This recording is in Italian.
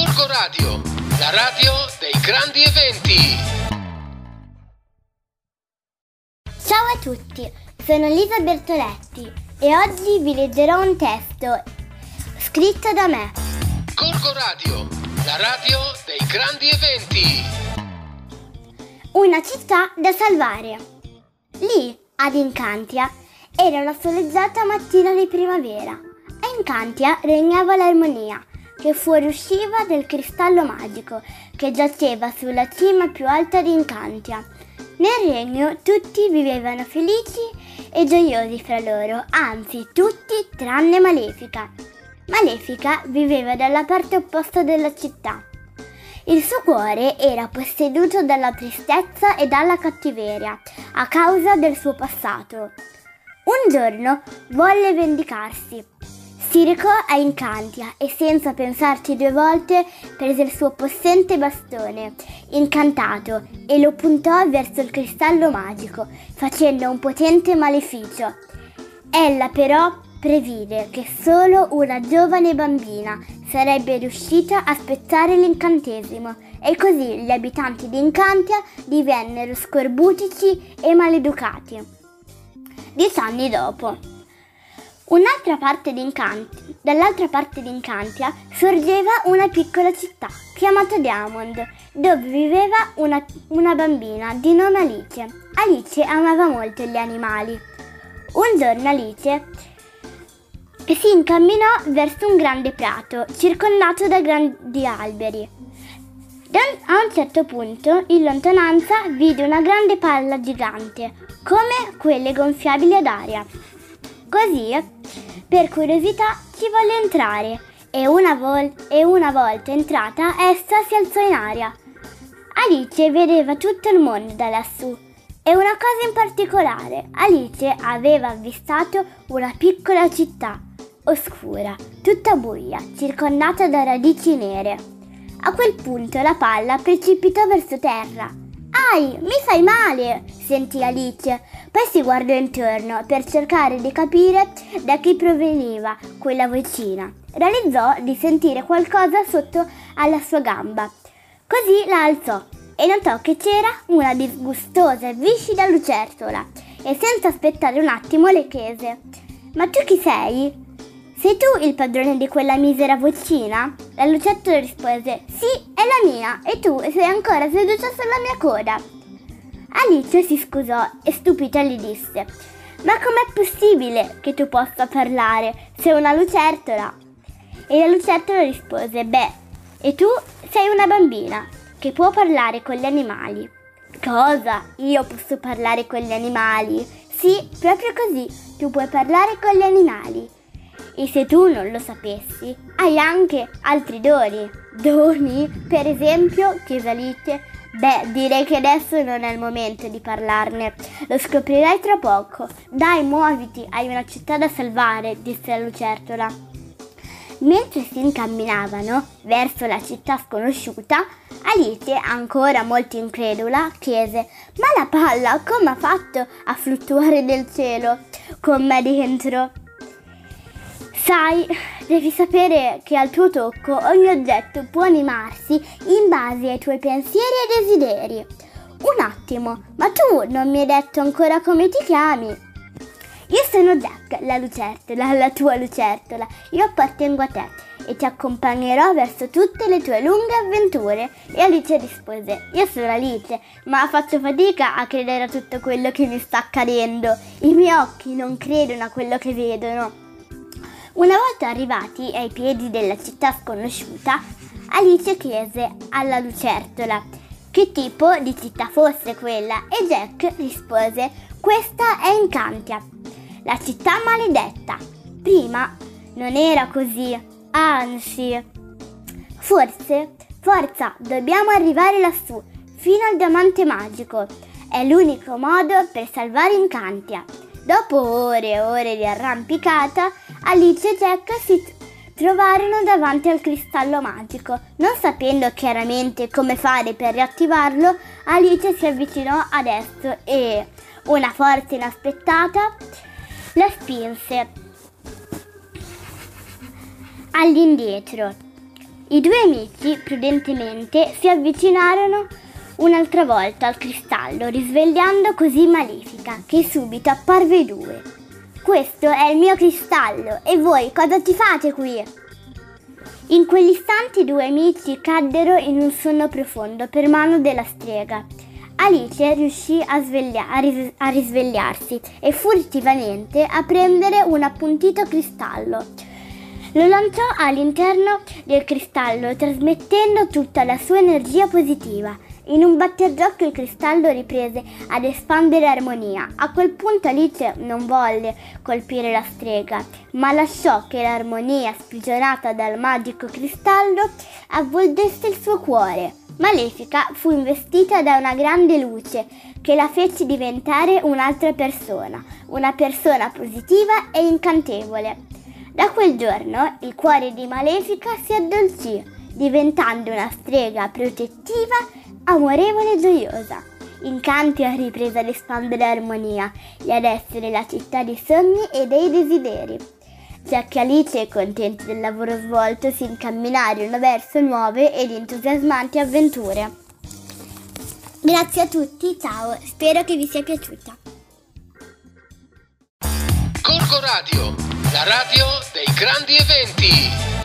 Gorgo Radio, la radio dei grandi eventi. Ciao a tutti, sono Lisa Bertoletti e oggi vi leggerò un testo scritto da me. Gorgo Radio, la radio dei grandi eventi. Una città da salvare. Lì, ad Incantia, era una soleggiata mattina di primavera. A Incantia regnava l'armonia che fuoriusciva del cristallo magico che giaceva sulla cima più alta di Incantia. Nel regno tutti vivevano felici e gioiosi fra loro, anzi tutti tranne Malefica. Malefica viveva dalla parte opposta della città. Il suo cuore era posseduto dalla tristezza e dalla cattiveria a causa del suo passato. Un giorno volle vendicarsi. Si recò a Incantia e senza pensarci due volte prese il suo possente bastone incantato e lo puntò verso il cristallo magico, facendo un potente maleficio. Ella però previde che solo una giovane bambina sarebbe riuscita a spezzare l'incantesimo e così gli abitanti di Incantia divennero scorbutici e maleducati. 10 anni dopo. Dall'altra parte di Incantia sorgeva una piccola città chiamata Diamond, dove viveva una bambina di nome Alice. Alice amava molto gli animali. Un giorno Alice si incamminò verso un grande prato circondato da grandi alberi. A un certo punto, in lontananza, vide una grande palla gigante, come quelle gonfiabili ad aria. Così, per curiosità, ci volle entrare e una volta entrata, essa si alzò in aria. Alice vedeva tutto il mondo da lassù e una cosa in particolare. Alice aveva avvistato una piccola città, oscura, tutta buia, circondata da radici nere. A quel punto la palla precipitò verso terra. «Ai, mi fai male!» sentì Alice. Poi si guardò intorno per cercare di capire da chi proveniva quella vocina. Realizzò di sentire qualcosa sotto alla sua gamba. Così la alzò e notò che c'era una disgustosa e viscida lucertola e senza aspettare un attimo le chiese: «Ma tu chi sei? Sei tu il padrone di quella misera vocina?» La lucertola rispose: «Sì, è la mia, e tu sei ancora seduta sulla mia coda». Alice si scusò e stupita gli disse: «Ma com'è possibile che tu possa parlare? Sei una lucertola». E la lucertola rispose: «Beh, e tu sei una bambina che può parlare con gli animali». «Cosa? Io posso parlare con gli animali?» «Sì, proprio così, tu puoi parlare con gli animali. E se tu non lo sapessi, hai anche altri doni». «Doni? Per esempio?» chiese Alice. «Beh, direi che adesso non è il momento di parlarne. Lo scoprirai tra poco. Dai, muoviti, hai una città da salvare», disse la lucertola. Mentre si incamminavano verso la città sconosciuta, Alice, ancora molto incredula, chiese: «Ma la palla come ha fatto a fluttuare nel cielo con me dentro?» «Sai, devi sapere che al tuo tocco ogni oggetto può animarsi in base ai tuoi pensieri e desideri. Un attimo, ma tu non mi hai detto ancora come ti chiami?» «Io sono Jack, la lucertola, la tua lucertola. Io appartengo a te e ti accompagnerò verso tutte le tue lunghe avventure». E Alice rispose: «Io sono Alice, ma faccio fatica a credere a tutto quello che mi sta accadendo. I miei occhi non credono a quello che vedono». Una volta arrivati ai piedi della città sconosciuta, Alice chiese alla lucertola che tipo di città fosse quella e Jack rispose: «Questa è Incantia, la città maledetta. Prima non era così, anzi. Forza, dobbiamo arrivare lassù, fino al diamante magico. È l'unico modo per salvare Incantia». Dopo ore e ore di arrampicata, Alice e Jack si trovarono davanti al cristallo magico. Non sapendo chiaramente come fare per riattivarlo, Alice si avvicinò ad esso e una forza inaspettata la spinse all'indietro. I due amici prudentemente si avvicinarono un'altra volta al cristallo, risvegliando così Malefica, che subito apparve ai due. «Questo è il mio cristallo, e voi cosa ci fate qui?» In quell'istante i due amici caddero in un sonno profondo per mano della strega. Alice riuscì a risvegliarsi e furtivamente a prendere un appuntito cristallo. Lo lanciò all'interno del cristallo, trasmettendo tutta la sua energia positiva. In un battergioco il cristallo riprese ad espandere armonia. A quel punto Alice non volle colpire la strega, ma lasciò che l'armonia sprigionata dal magico cristallo avvolgesse il suo cuore. Malefica fu investita da una grande luce che la fece diventare un'altra persona, una persona positiva e incantevole. Da quel giorno il cuore di Malefica si addolcì, diventando una strega protettiva, amorevole e gioiosa. Incantia riprese ad espandere armonia e ad essere la città dei sogni e dei desideri. Giacché Alice, contenta del lavoro svolto, si incamminarono verso nuove ed entusiasmanti avventure. Grazie a tutti, ciao, spero che vi sia piaciuta. Gorgo Radio, la radio dei grandi eventi.